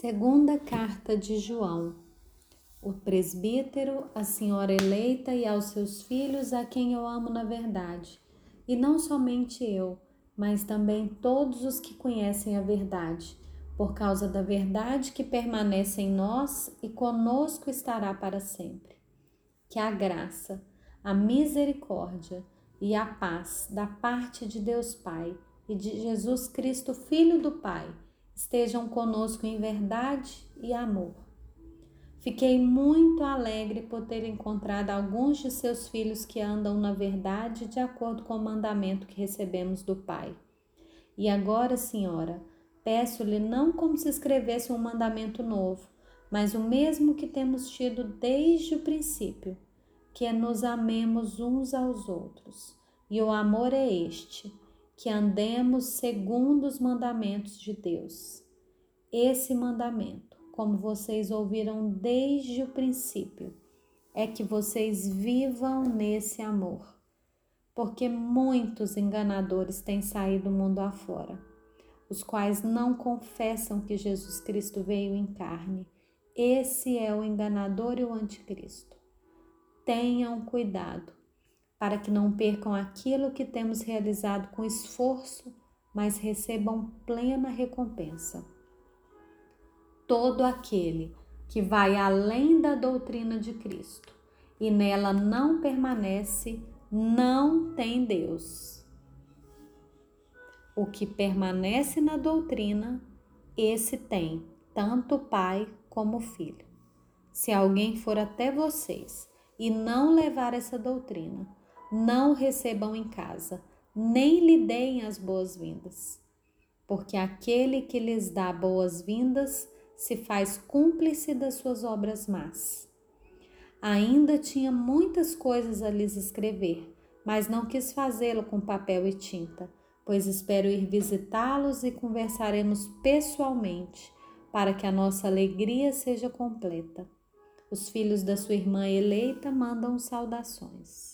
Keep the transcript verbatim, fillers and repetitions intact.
Segunda carta de João. O presbítero, a senhora eleita e aos seus filhos, a quem eu amo na verdade. E não somente eu, mas também todos os que conhecem a verdade, por causa da verdade que permanece em nós e conosco estará para sempre. Que a graça, a misericórdia e a paz da parte de Deus Pai e de Jesus Cristo, Filho do Pai, estejam conosco em verdade e amor. Fiquei muito alegre por ter encontrado alguns de seus filhos que andam na verdade de acordo com o mandamento que recebemos do Pai. E agora, Senhora, peço-lhe não como se escrevesse um mandamento novo, mas o mesmo que temos tido desde o princípio, que nos amemos uns aos outros. E o amor é este, que andemos segundo os mandamentos de Deus. Esse mandamento, como vocês ouviram desde o princípio, é que vocês vivam nesse amor, porque muitos enganadores têm saído do mundo afora, os quais não confessam que Jesus Cristo veio em carne. Esse é o enganador e o anticristo. Tenham cuidado, para que não percam aquilo que temos realizado com esforço, mas recebam plena recompensa. Todo aquele que vai além da doutrina de Cristo e nela não permanece, não tem Deus. O que permanece na doutrina, esse tem tanto o Pai como o Filho. Se alguém for até vocês e não levar essa doutrina, não o recebam em casa, nem lhe deem as boas-vindas, porque aquele que lhes dá boas-vindas se faz cúmplice das suas obras más. Ainda tinha muitas coisas a lhes escrever, mas não quis fazê-lo com papel e tinta, pois espero ir visitá-los e conversaremos pessoalmente, para que a nossa alegria seja completa. Os filhos da sua irmã eleita mandam saudações.